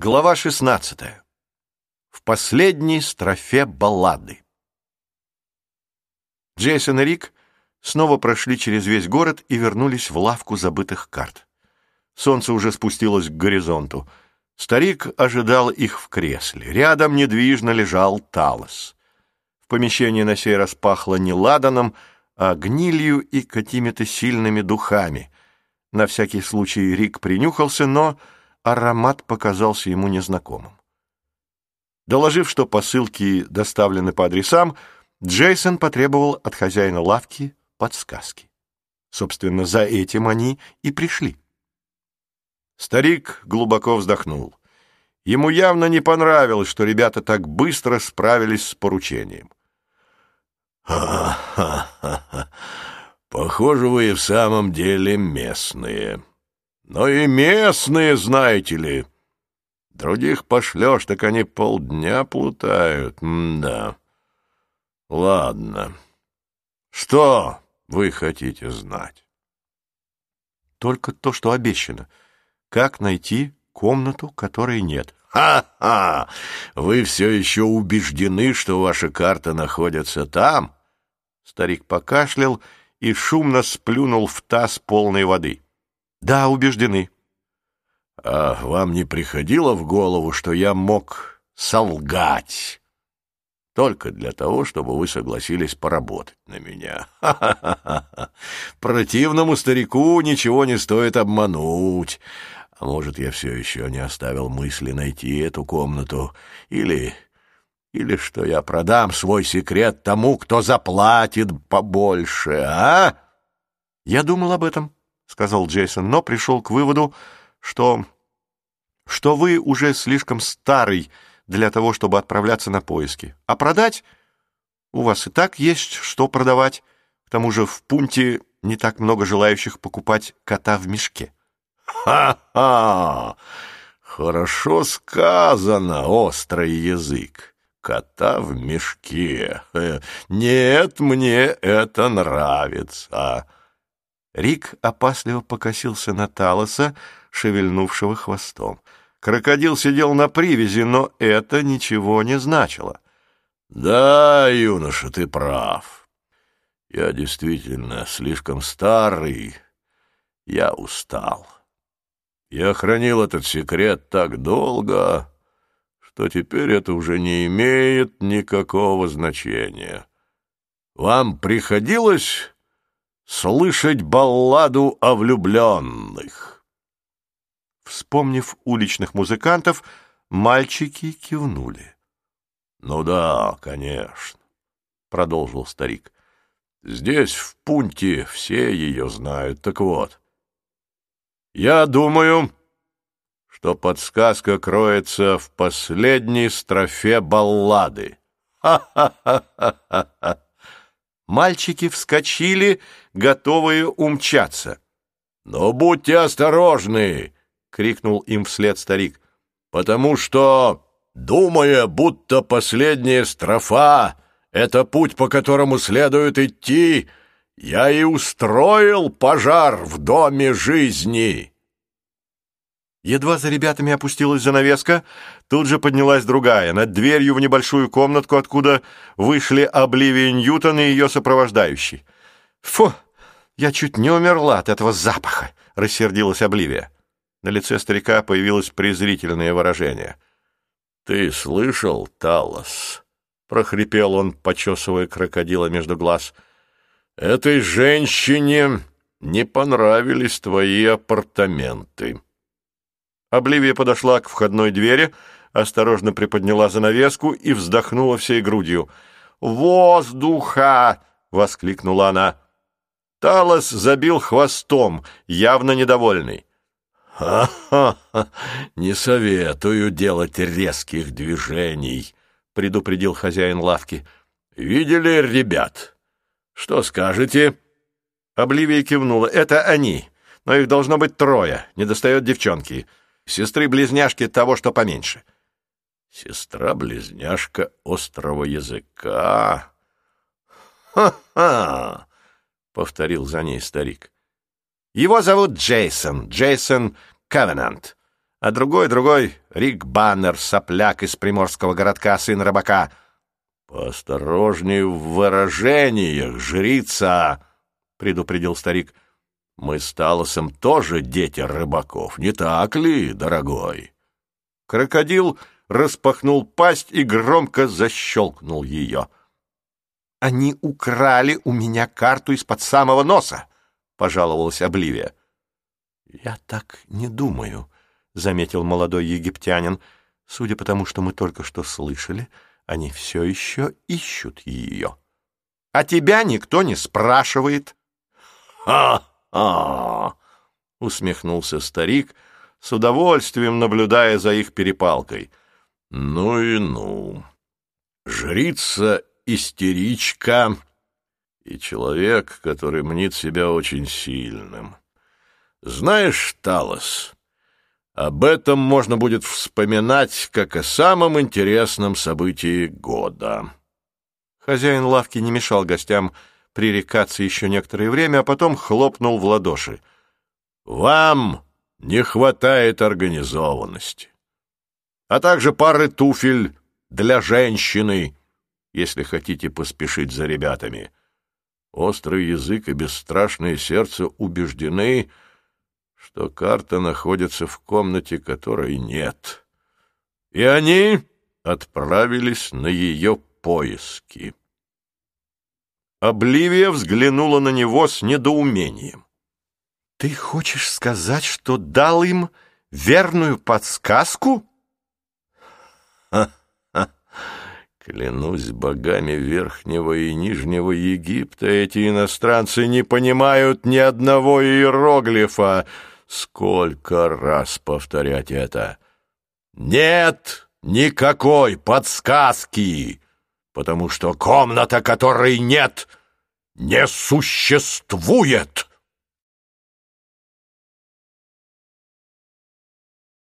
Глава 16. В последней строфе баллады. Джейсон и Рик снова прошли через весь город и вернулись в лавку забытых карт. Солнце уже спустилось к горизонту. Старик ожидал их в кресле. Рядом недвижно лежал Талос. В помещении на сей раз пахло не ладаном, а гнилью и какими-то сильными духами. На всякий случай Рик принюхался, но аромат показался ему незнакомым. Доложив, что посылки доставлены по адресам, Джейсон потребовал от хозяина лавки подсказки. Собственно, за этим они и пришли. Старик глубоко вздохнул. Ему явно не понравилось, что ребята так быстро справились с поручением. «Ха-ха-ха! Похоже, вы и в самом деле местные. Но и местные, знаете ли. Других пошлешь, так они полдня плутают. Да. Ладно. Что вы хотите знать?» Только то, что обещано. Как найти комнату, которой нет? «Ха-ха! Вы все еще убеждены, что ваша карта находится там?» Старик покашлял и шумно сплюнул в таз полной воды. «Да, убеждены». «А вам не приходило в голову, что я мог солгать только для того, чтобы вы согласились поработать на меня? Ха-ха-ха! Противному старику ничего не стоит обмануть. А может, я все еще не оставил мысли найти эту комнату, или что я продам свой секрет тому, кто заплатит побольше, а?» «Я думал об этом», — сказал Джейсон, но пришел к выводу, что вы уже слишком старый для того, чтобы отправляться на поиски. А продать? У вас и так есть что продавать. К тому же в Пунте не так много желающих покупать кота в мешке. «Ха-ха! Хорошо сказано, острый язык. Кота в мешке. Нет, мне это нравится». Рик опасливо покосился на Талоса, шевельнувшего хвостом. Крокодил сидел на привязи, но это ничего не значило. «Да, юноша, ты прав. Я действительно слишком старый. Я устал. Я хранил этот секрет так долго, что теперь это уже не имеет никакого значения. Вам приходилось слышать балладу о влюбленных?» Вспомнив уличных музыкантов, мальчики кивнули. «Ну да, конечно», — продолжил старик. «Здесь, в Пунте, все ее знают. Так вот, я думаю, что подсказка кроется в последней строфе баллады. Ха-ха-ха-ха-ха!» Мальчики вскочили, готовые умчаться. «Но будьте осторожны!» — крикнул им вслед старик. «Потому что, думая, будто последняя строфа — это путь, по которому следует идти, я и устроил пожар в доме жизни». Едва за ребятами опустилась занавеска, тут же поднялась другая, над дверью в небольшую комнатку, откуда вышли Обливия Ньютон и ее сопровождающий. «Фу! Я чуть не умерла от этого запаха!» — рассердилась Обливия. На лице старика появилось презрительное выражение. «Ты слышал, Талос?» — прохрипел он, почесывая крокодила между глаз. «Этой женщине не понравились твои апартаменты». Обливия подошла к входной двери, осторожно приподняла занавеску и вздохнула всей грудью. «Воздуха!» — воскликнула она. Талос забил хвостом, явно недовольный. «Ха-ха-ха! Не советую делать резких движений», — предупредил хозяин лавки. «Видели ребят? Что скажете?» Обливия кивнула. «Это они, но их должно быть трое, недостает девчонки. Сестры-близняшки того, что поменьше». «Сестра-близняшка острого языка? Ха-ха!» — повторил за ней старик. «Его зовут Джейсон Ковенант, а другой Рик Баннер, сопляк из приморского городка, сын рыбака». «Поосторожней в выражениях, жрица», — предупредил старик. «Мы с Талосом тоже дети рыбаков, не так ли, дорогой?» Крокодил распахнул пасть и громко защелкнул ее. «Они украли у меня карту из-под самого носа», — пожаловалась Обливия. «Я так не думаю», — заметил молодой египтянин. «Судя по тому, что мы только что слышали, они все еще ищут ее. А тебя никто не спрашивает». «Ха-ха!» — усмехнулся старик, с удовольствием наблюдая за их перепалкой. «Ну и ну! Жрица-истеричка и человек, который мнит себя очень сильным. Знаешь, Талос, об этом можно будет вспоминать как о самом интересном событии года». Хозяин лавки не мешал гостям пререкаться еще некоторое время, а потом хлопнул в ладоши. «Вам не хватает организованности, а также пары туфель для женщины, если хотите поспешить за ребятами. Острый язык и бесстрашное сердце убеждены, что карта находится в комнате, которой нет, и они отправились на ее поиски». Обливия взглянула на него с недоумением. «Ты хочешь сказать, что дал им верную подсказку?» «Ха-ха! Клянусь богами Верхнего и Нижнего Египта, эти иностранцы не понимают ни одного иероглифа. Сколько раз повторять это? Нет никакой подсказки, потому что комната, которой нет, не существует!»